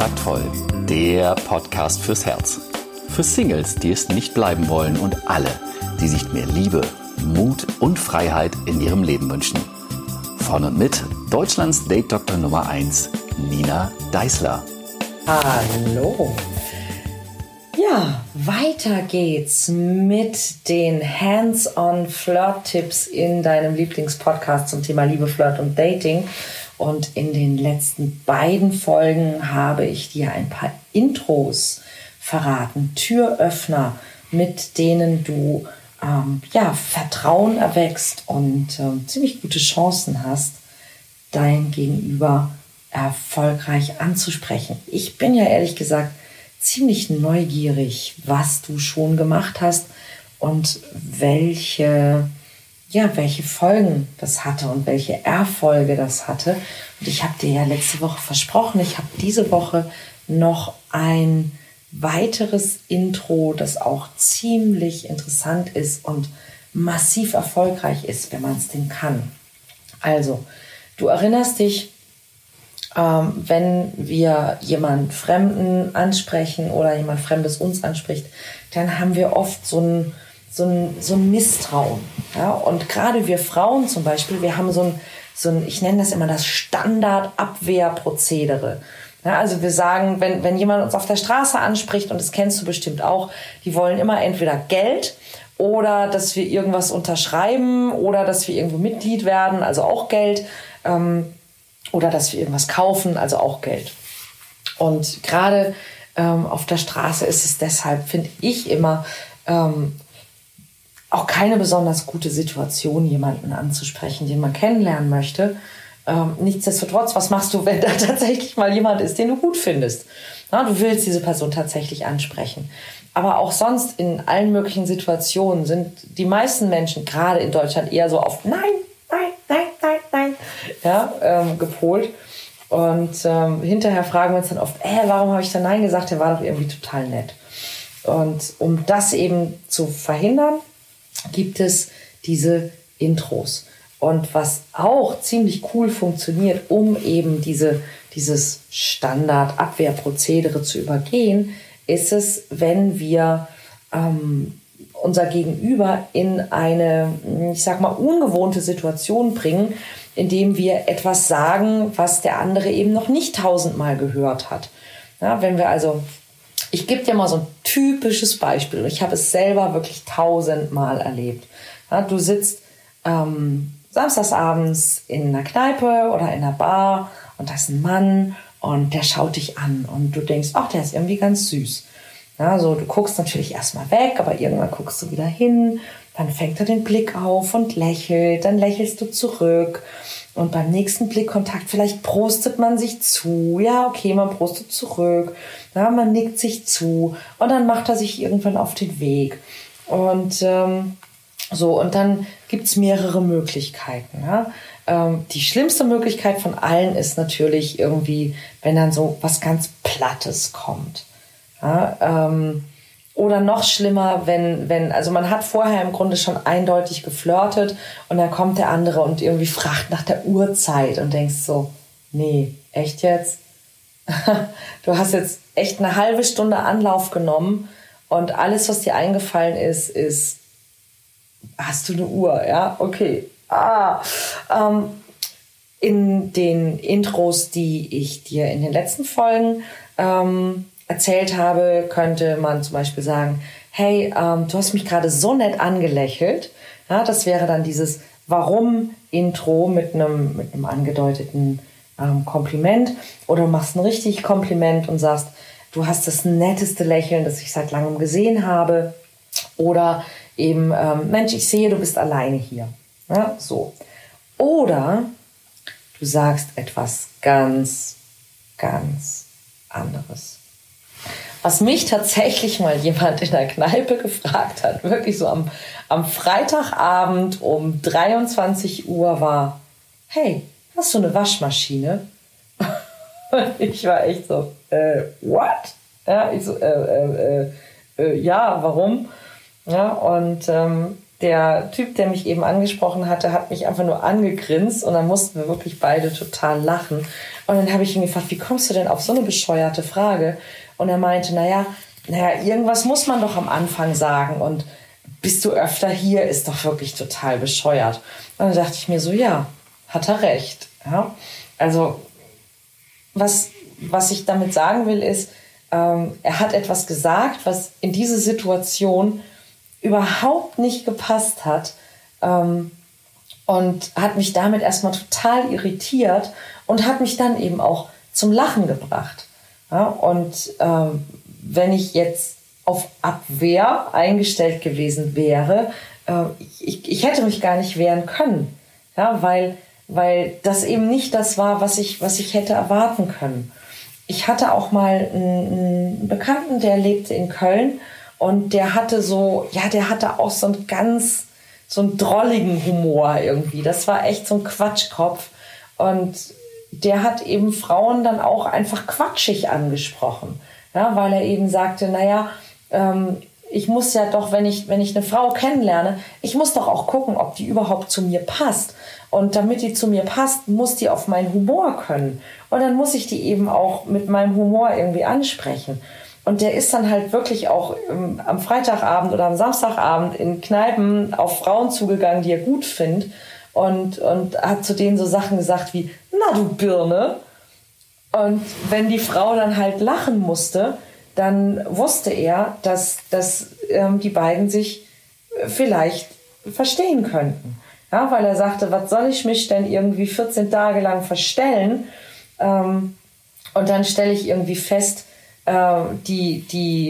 Taktvoll, der Podcast fürs Herz. Für Singles, die es nicht bleiben wollen und alle, die sich mehr Liebe, Mut und Freiheit in ihrem Leben wünschen. Von und mit Deutschlands Date-Doktor Nummer 1, Nina Deißler. Hallo. Ja, weiter geht's mit den Hands-on-Flirt-Tipps in deinem Lieblingspodcast zum Thema Liebe, Flirt und Dating. Und in den letzten beiden Folgen habe ich dir ein paar Intros verraten, Türöffner, mit denen du Vertrauen erwächst und ziemlich gute Chancen hast, dein Gegenüber erfolgreich anzusprechen. Ich bin ja ehrlich gesagt ziemlich neugierig, was du schon gemacht hast und welche Folgen das hatte und welche Erfolge das hatte. Und ich habe dir ja letzte Woche versprochen, ich habe diese Woche noch ein weiteres Intro, das auch ziemlich interessant ist und massiv erfolgreich ist, wenn man es denn kann. Also, du erinnerst dich, wenn wir jemand Fremden ansprechen oder jemand Fremdes uns anspricht, dann haben wir oft so ein Misstrauen. Ja? Und gerade wir Frauen zum Beispiel, wir haben so ein, ich nenne das immer das Standardabwehrprozedere. Ja, also wir sagen, wenn jemand uns auf der Straße anspricht, und das kennst du bestimmt auch, die wollen immer entweder Geld oder dass wir irgendwas unterschreiben oder dass wir irgendwo Mitglied werden, also auch Geld, oder dass wir irgendwas kaufen, also auch Geld. Und gerade auf der Straße ist es deshalb, finde ich immer, auch keine besonders gute Situation, jemanden anzusprechen, den man kennenlernen möchte. Nichtsdestotrotz, was machst du, wenn da tatsächlich mal jemand ist, den du gut findest? Na, du willst diese Person tatsächlich ansprechen. Aber auch sonst in allen möglichen Situationen sind die meisten Menschen, gerade in Deutschland, eher so auf Nein, gepolt. Und hinterher fragen wir uns dann oft, warum habe ich da Nein gesagt? Der war doch irgendwie total nett. Und um das eben zu verhindern, gibt es diese Intros. Und was auch ziemlich cool funktioniert, um eben dieses Standardabwehrprozedere zu übergehen, ist es, wenn wir unser Gegenüber in eine, ich sag mal, ungewohnte Situation bringen, indem wir etwas sagen, was der andere eben noch nicht 1000-mal gehört hat. Ja, wenn wir also, ich gebe dir mal so ein typisches Beispiel. Ich habe es selber wirklich 1000-mal erlebt. Ja, du sitzt samstagsabends in einer Kneipe oder in einer Bar und da ist ein Mann und der schaut dich an und du denkst, ach, der ist irgendwie ganz süß. Ja, so, du guckst natürlich erstmal weg, aber irgendwann guckst du wieder hin, dann fängt er den Blick auf und lächelt, dann lächelst du zurück und beim nächsten Blickkontakt vielleicht prostet man sich zu, ja, okay, man prostet zurück, ja, man nickt sich zu und dann macht er sich irgendwann auf den Weg und und dann gibt's mehrere Möglichkeiten. Ja? Die schlimmste Möglichkeit von allen ist natürlich irgendwie, wenn dann so was ganz Plattes kommt. Ja? Oder noch schlimmer, also man hat vorher im Grunde schon eindeutig geflirtet und dann kommt der andere und irgendwie fragt nach der Uhrzeit und denkst so, nee, echt jetzt? Du hast jetzt echt eine halbe Stunde Anlauf genommen und alles, was dir eingefallen ist, hast du eine Uhr? Ja, okay. In den Intros, die ich dir in den letzten Folgen erzählt habe, könnte man zum Beispiel sagen, hey, du hast mich gerade so nett angelächelt. Ja, das wäre dann dieses Warum-Intro mit einem angedeuteten Kompliment. Oder du machst ein richtig Kompliment und sagst, du hast das netteste Lächeln, das ich seit langem gesehen habe. Oder eben, Mensch, ich sehe, du bist alleine hier. Ja, so. Oder du sagst etwas ganz, ganz anderes. Was mich tatsächlich mal jemand in der Kneipe gefragt hat, wirklich so am Freitagabend um 23 Uhr war, hey, hast du eine Waschmaschine? Und ich war echt so, what? Ja, ich so, ja, warum? Ja, und der Typ, der mich eben angesprochen hatte, hat mich einfach nur angegrinst und dann mussten wir wirklich beide total lachen. Und dann habe ich ihn gefragt, wie kommst du denn auf so eine bescheuerte Frage? Und er meinte, naja, irgendwas muss man doch am Anfang sagen. Und bist du öfter hier, ist doch wirklich total bescheuert. Und dann dachte ich mir so, ja, hat er recht. Ja? Also was ich damit sagen will, ist, er hat etwas gesagt, was in diese Situation überhaupt nicht gepasst hat, und hat mich damit erstmal total irritiert und hat mich dann eben auch zum Lachen gebracht. Ja, und wenn ich jetzt auf Abwehr eingestellt gewesen wäre, ich hätte mich gar nicht wehren können, ja, weil das eben nicht das war, was ich hätte erwarten können. Ich hatte auch mal einen Bekannten, der lebte in Köln und der hatte auch so einen drolligen Humor irgendwie. Das war echt so ein Quatschkopf. Und der hat eben Frauen dann auch einfach quatschig angesprochen. Ja, weil er eben sagte, ich muss ja doch, wenn ich eine Frau kennenlerne, ich muss doch auch gucken, ob die überhaupt zu mir passt. Und damit die zu mir passt, muss die auf meinen Humor können. Und dann muss ich die eben auch mit meinem Humor irgendwie ansprechen. Und der ist dann halt wirklich auch am Freitagabend oder am Samstagabend in Kneipen auf Frauen zugegangen, die er gut findet. Und hat zu denen so Sachen gesagt wie, na du Birne. Und wenn die Frau dann halt lachen musste, dann wusste er, dass die beiden sich vielleicht verstehen könnten. Ja, weil er sagte, was soll ich mich denn irgendwie 14 Tage lang verstellen? Und dann stelle ich irgendwie fest, die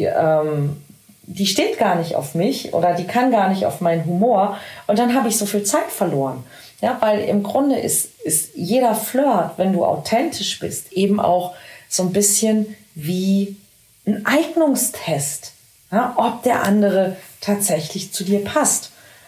steht gar nicht auf mich oder die kann gar nicht auf meinen Humor. Und dann habe ich so viel Zeit verloren. Ja, weil im Grunde ist jeder Flirt, wenn du authentisch bist, eben auch so ein bisschen wie ein Eignungstest, ja, ob der andere tatsächlich zu dir passt.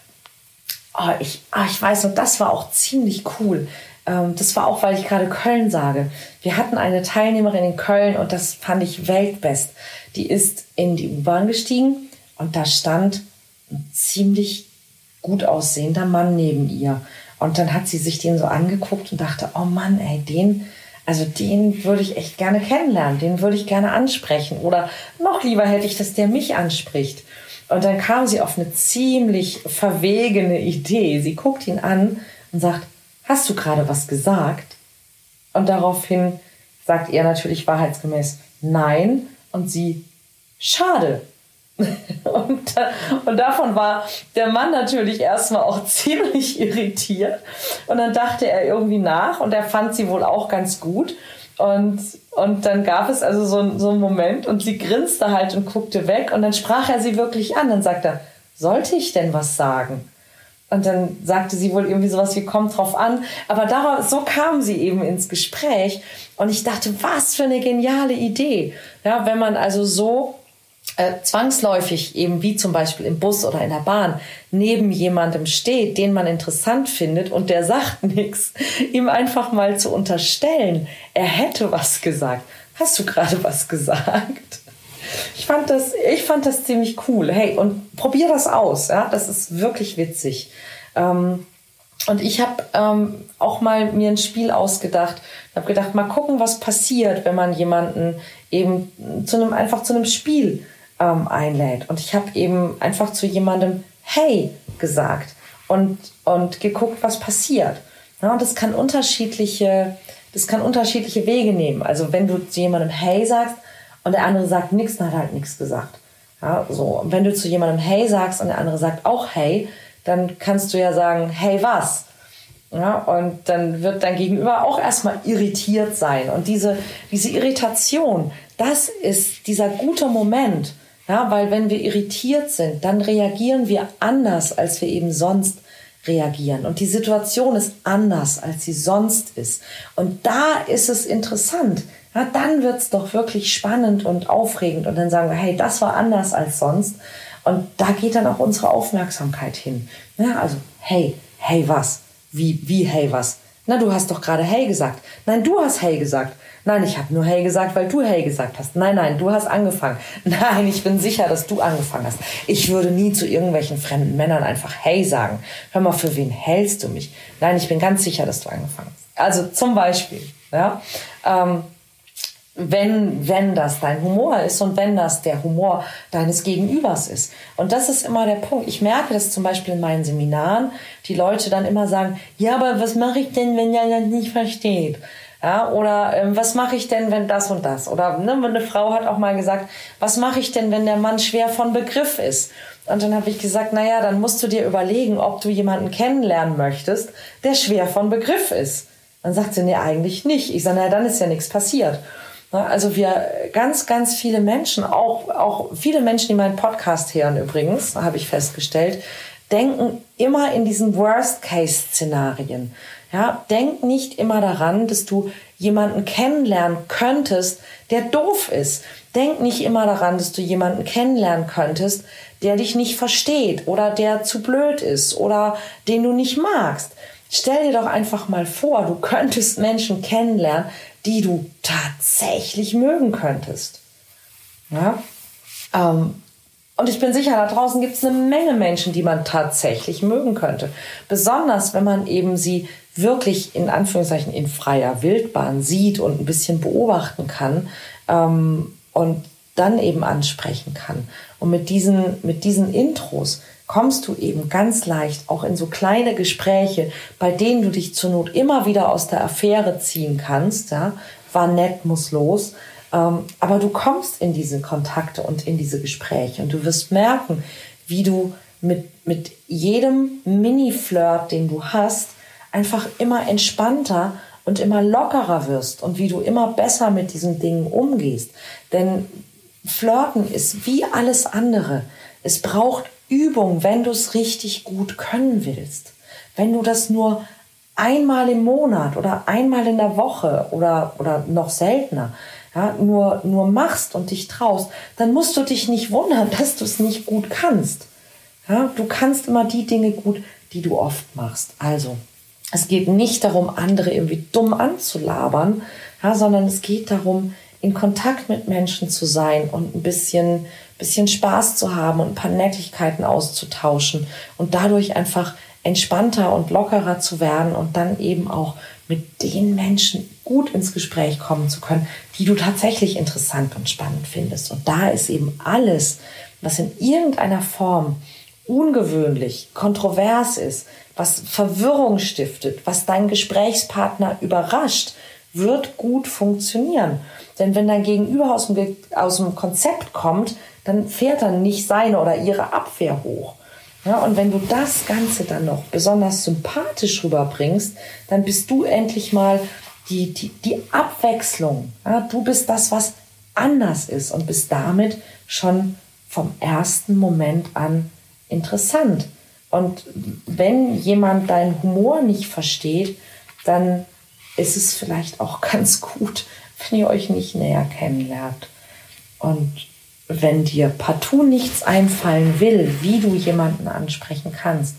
Ich weiß noch, das war auch ziemlich cool. Das war auch, weil ich gerade Köln sage. Wir hatten eine Teilnehmerin in Köln und das fand ich weltbest. Die ist in die U-Bahn gestiegen und da stand ein ziemlich gut aussehender Mann neben ihr. Und dann hat sie sich den so angeguckt und dachte, oh Mann, ey, den würde ich echt gerne kennenlernen, den würde ich gerne ansprechen. Oder noch lieber hätte ich, dass der mich anspricht. Und dann kam sie auf eine ziemlich verwegene Idee. Sie guckt ihn an und sagt, hast du gerade was gesagt? Und daraufhin sagt er natürlich wahrheitsgemäß nein. Und sie, schade. Und davon war der Mann natürlich erstmal auch ziemlich irritiert. Und dann dachte er irgendwie nach und er fand sie wohl auch ganz gut. Und dann gab es also so einen Moment und sie grinste halt und guckte weg. Und dann sprach er sie wirklich an. Dann sagte er, sollte ich denn was sagen? Und dann sagte sie wohl irgendwie sowas wie, kommt drauf an. Aber so kam sie eben ins Gespräch. Und ich dachte, was für eine geniale Idee. Ja, wenn man also so zwangsläufig eben wie zum Beispiel im Bus oder in der Bahn neben jemandem steht, den man interessant findet und der sagt nichts, ihm einfach mal zu unterstellen, er hätte was gesagt. Hast du gerade was gesagt? Ich fand das ziemlich cool. Hey, und probier das aus. Ja? Das ist wirklich witzig. Und ich habe auch mal mir ein Spiel ausgedacht. Ich habe gedacht, mal gucken, was passiert, wenn man jemanden eben zu einem Spiel einlädt. Und ich habe eben einfach zu jemandem Hey gesagt und geguckt, was passiert. Ja, und das kann unterschiedliche Wege nehmen. Also wenn du zu jemandem Hey sagst und der andere sagt nichts, dann hat er halt nichts gesagt. Ja, so. Und wenn du zu jemandem Hey sagst und der andere sagt auch Hey, dann kannst du ja sagen, hey, was? Ja, und dann wird dein Gegenüber auch erstmal irritiert sein. Und diese Irritation, das ist dieser gute Moment. Ja, weil wenn wir irritiert sind, dann reagieren wir anders, als wir eben sonst reagieren. Und die Situation ist anders, als sie sonst ist. Und da ist es interessant. Ja, dann wird es doch wirklich spannend und aufregend. Und dann sagen wir, hey, das war anders als sonst. Und da geht dann auch unsere Aufmerksamkeit hin. Ja, also, hey, was? Wie, hey, was? Na, du hast doch gerade hey gesagt. Nein, du hast hey gesagt. Nein, ich habe nur hey gesagt, weil du hey gesagt hast. Nein, du hast angefangen. Nein, ich bin sicher, dass du angefangen hast. Ich würde nie zu irgendwelchen fremden Männern einfach hey sagen. Hör mal, für wen hältst du mich? Nein, ich bin ganz sicher, dass du angefangen hast. Also zum Beispiel, ja, wenn das dein Humor ist und wenn das der Humor deines Gegenübers ist. Und das ist immer der Punkt. Ich merke das zum Beispiel in meinen Seminaren, die Leute dann immer sagen, ja, aber was mache ich denn, wenn er das nicht versteht? Ja, oder was mache ich denn, wenn das und das? Oder eine Frau hat auch mal gesagt, was mache ich denn, wenn der Mann schwer von Begriff ist? Und dann habe ich gesagt, naja, dann musst du dir überlegen, ob du jemanden kennenlernen möchtest, der schwer von Begriff ist. Dann sagt sie, nee, eigentlich nicht. Ich sage, naja, dann ist ja nichts passiert. Also wir ganz, ganz viele Menschen, auch viele Menschen, die meinen Podcast hören übrigens, habe ich festgestellt, denken immer in diesen Worst-Case-Szenarien. Ja, denk nicht immer daran, dass du jemanden kennenlernen könntest, der doof ist. Denk nicht immer daran, dass du jemanden kennenlernen könntest, der dich nicht versteht oder der zu blöd ist oder den du nicht magst. Stell dir doch einfach mal vor, du könntest Menschen kennenlernen, die du tatsächlich mögen könntest. Ja? Und ich bin sicher, da draußen gibt es eine Menge Menschen, die man tatsächlich mögen könnte. Besonders, wenn man eben sie wirklich in Anführungszeichen in freier Wildbahn sieht und ein bisschen beobachten kann und dann eben ansprechen kann. Und mit diesen Intros kommst du eben ganz leicht auch in so kleine Gespräche, bei denen du dich zur Not immer wieder aus der Affäre ziehen kannst. Ja? War nett, muss los. Aber du kommst in diese Kontakte und in diese Gespräche und du wirst merken, wie du mit jedem Mini-Flirt, den du hast, einfach immer entspannter und immer lockerer wirst und wie du immer besser mit diesen Dingen umgehst. Denn Flirten ist wie alles andere. Es braucht Übung, wenn du es richtig gut können willst. Wenn du das nur einmal im Monat oder einmal in der Woche oder noch seltener nur machst und dich traust, dann musst du dich nicht wundern, dass du es nicht gut kannst. Ja, du kannst immer die Dinge gut, die du oft machst. Also, es geht nicht darum, andere irgendwie dumm anzulabern, sondern es geht darum, in Kontakt mit Menschen zu sein und ein bisschen Spaß zu haben und ein paar Nettigkeiten auszutauschen und dadurch einfach entspannter und lockerer zu werden und dann eben auch mit den Menschen gut ins Gespräch kommen zu können, die du tatsächlich interessant und spannend findest. Und da ist eben alles, was in irgendeiner Form ungewöhnlich, kontrovers ist, was Verwirrung stiftet, was deinen Gesprächspartner überrascht, wird gut funktionieren. Denn wenn dein Gegenüber aus dem Konzept kommt, dann fährt dann nicht seine oder ihre Abwehr hoch. Ja, und wenn du das Ganze dann noch besonders sympathisch rüberbringst, dann bist du endlich mal die Abwechslung. Ja, du bist das, was anders ist und bist damit schon vom ersten Moment an interessant. Und wenn jemand deinen Humor nicht versteht, dann ist es vielleicht auch ganz gut, wenn ihr euch nicht näher kennenlernt. Und wenn dir partout nichts einfallen will, wie du jemanden ansprechen kannst,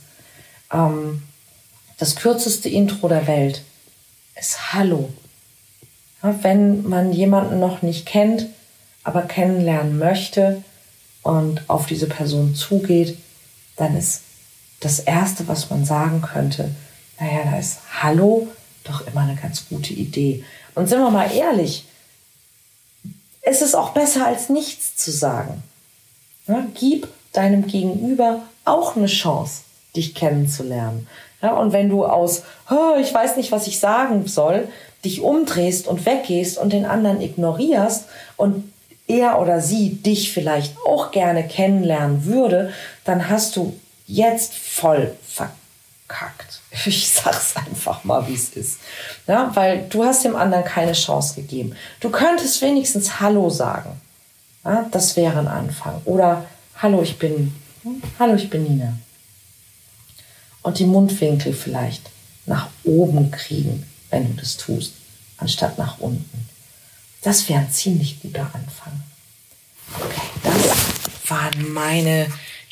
das kürzeste Intro der Welt ist Hallo. Ja, wenn man jemanden noch nicht kennt, aber kennenlernen möchte und auf diese Person zugeht, dann ist das Erste, was man sagen könnte, naja, da ist Hallo doch immer eine ganz gute Idee. Und sind wir mal ehrlich, es ist auch besser als nichts zu sagen. Ja, gib deinem Gegenüber auch eine Chance, dich kennenzulernen. Ja, und wenn du ich weiß nicht, was ich sagen soll, dich umdrehst und weggehst und den anderen ignorierst und er oder sie dich vielleicht auch gerne kennenlernen würde, dann hast du jetzt voll verkackt. Ich sag's einfach mal, wie es ist. Ja, weil du hast dem anderen keine Chance gegeben. Du könntest wenigstens Hallo sagen. Ja, das wäre ein Anfang. Oder Hallo, ich bin Nina. Und die Mundwinkel vielleicht nach oben kriegen, wenn du das tust, anstatt nach unten. Das wäre ein ziemlich guter Anfang. Okay, das waren meine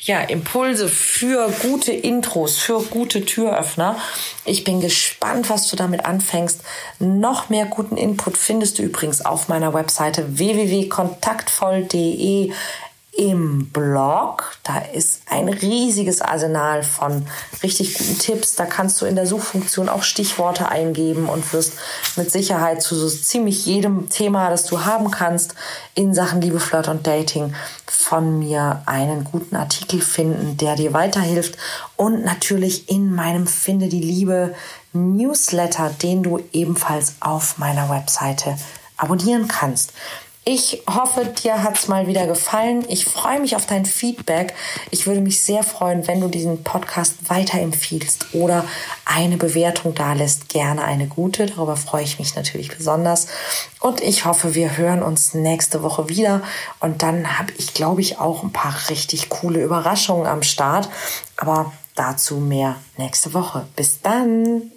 Impulse für gute Intros, für gute Türöffner. Ich bin gespannt, was du damit anfängst. Noch mehr guten Input findest du übrigens auf meiner Webseite www.kontaktvoll.de im Blog. Da ist ein riesiges Arsenal von richtig guten Tipps. Da kannst du in der Suchfunktion auch Stichworte eingeben und wirst mit Sicherheit zu so ziemlich jedem Thema, das du haben kannst, in Sachen Liebe, Flirt und Dating von mir einen guten Artikel finden, der dir weiterhilft. Und natürlich in meinem Finde die Liebe Newsletter, den du ebenfalls auf meiner Webseite abonnieren kannst. Ich hoffe, dir hat's mal wieder gefallen. Ich freue mich auf dein Feedback. Ich würde mich sehr freuen, wenn du diesen Podcast weiterempfiehlst oder eine Bewertung dalässt. Gerne eine gute. Darüber freue ich mich natürlich besonders. Und ich hoffe, wir hören uns nächste Woche wieder. Und dann habe ich, glaube ich, auch ein paar richtig coole Überraschungen am Start. Aber dazu mehr nächste Woche. Bis dann!